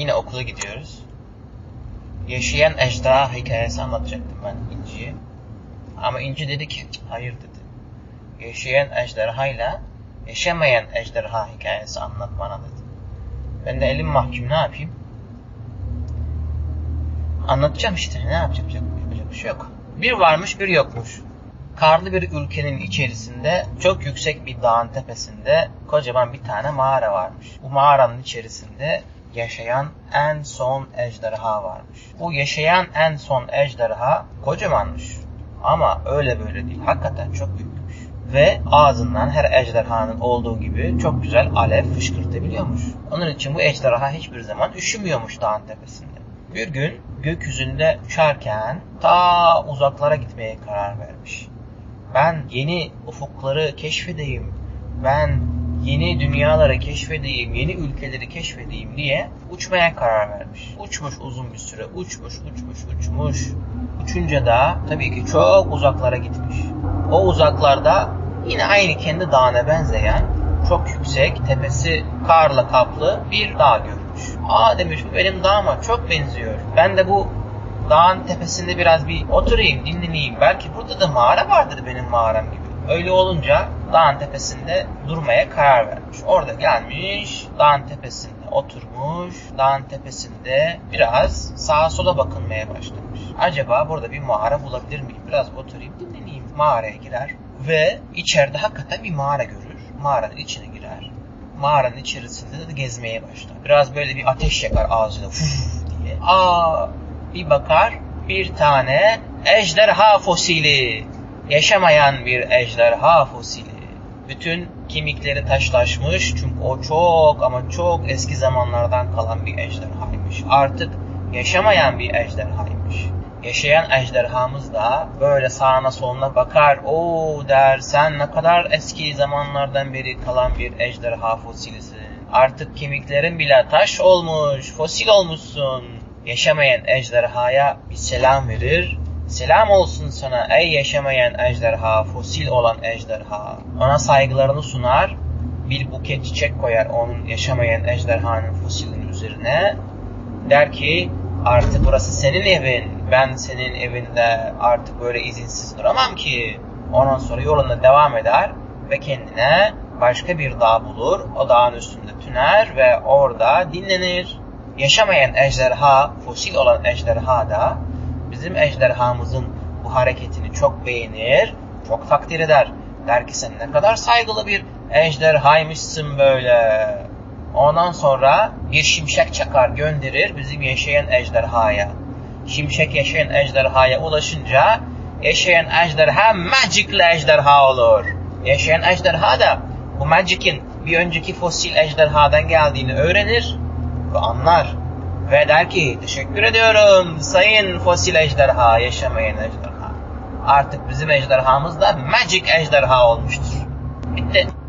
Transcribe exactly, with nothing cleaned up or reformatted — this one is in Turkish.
Yine okula gidiyoruz. Yaşayan ejderha hikayesi anlatacaktım ben İnci'ye. Ama İnci dedi ki hayır dedi. Yaşayan ejderhayla yaşamayan ejderha hikayesi anlat bana dedi. Ben de elim mahkum, ne yapayım? Anlatacağım işte, ne yapacağım, yapacak bir şey yok. Bir varmış bir yokmuş. Karlı bir ülkenin içerisinde çok yüksek bir dağın tepesinde kocaman bir tane mağara varmış. Bu mağaranın içerisinde yaşayan en son ejderha varmış. Bu yaşayan en son ejderha kocamanmış. Ama öyle böyle değil. Hakikaten çok büyükmüş. Ve ağzından her ejderhanın olduğu gibi çok güzel alev fışkırtabiliyormuş. Onun için bu ejderha hiçbir zaman üşümüyormuş dağın tepesinde. Bir gün gökyüzünde uçarken ta uzaklara gitmeye karar vermiş. Ben yeni ufukları keşfedeyim, ben yeni dünyaları keşfedeyim, yeni ülkeleri keşfedeyim diye uçmaya karar vermiş. Uçmuş uzun bir süre, uçmuş, uçmuş, uçmuş. Uçunca da tabii ki çok uzaklara gitmiş. O uzaklarda yine aynı kendi dağına benzeyen, çok yüksek, tepesi karla kaplı bir dağ görmüş. Aa demiş, bu benim dağıma çok benziyor. Ben de bu dağın tepesinde biraz bir oturayım, dinleneyim. Belki burada da mağara vardır benim mağaram gibi. Öyle olunca dağın tepesinde durmaya karar vermiş. Orada gelmiş, dağın tepesinde oturmuş, dağın tepesinde biraz sağa sola bakınmaya başlamış. Acaba burada bir mağara bulabilir miyim? Biraz oturayım, dinleneyim. Mağaraya girer ve içeride hakikaten bir mağara görür. Mağaranın içine girer. Mağaranın içerisinde de gezmeye başlar. Biraz böyle bir ateş yakar ağzına diye. Aa, bir bakar, bir tane ejderha fosili. Yaşamayan bir ejderha fosili. Bütün kemikleri taşlaşmış çünkü o çok ama çok eski zamanlardan kalan bir ejderhaymış. Artık yaşamayan bir ejderhaymış. Yaşayan ejderhamız da böyle sağına soluna bakar. Oo der, sen ne kadar eski zamanlardan beri kalan bir ejderha fosilisin. Artık kemiklerin bile taş olmuş, fosil olmuşsun. Yaşamayan ejderhaya bir selam verir. Selam olsun sana ey yaşamayan ejderha, fosil olan ejderha. Ona saygılarını sunar, bir buket çiçek koyar onun yaşamayan ejderhanın fosilinin üzerine. Der ki artık burası senin evin, ben senin evinde artık böyle izinsiz duramam ki. Ondan sonra yoluna devam eder ve kendine başka bir dağ bulur. O dağın üstünde tüner ve orada dinlenir. Yaşamayan ejderha, fosil olan ejderha da bizim ejderhamızın bu hareketini çok beğenir, çok takdir eder. Der ki sen ne kadar saygılı bir ejderhaymışsın böyle. Ondan sonra bir şimşek çakar gönderir bizim yaşayan ejderhaya. Şimşek yaşayan ejderhaya ulaşınca yaşayan ejderha magic'li ejderha olur. Yaşayan ejderha da bu magic'in bir önceki fosil ejderhadan geldiğini öğrenir ve anlar. Ve der ki teşekkür ediyorum sayın fosil ejderha, yaşamayan ejderha. Artık bizim ejderhamız da magic ejderha olmuştur. Bitti.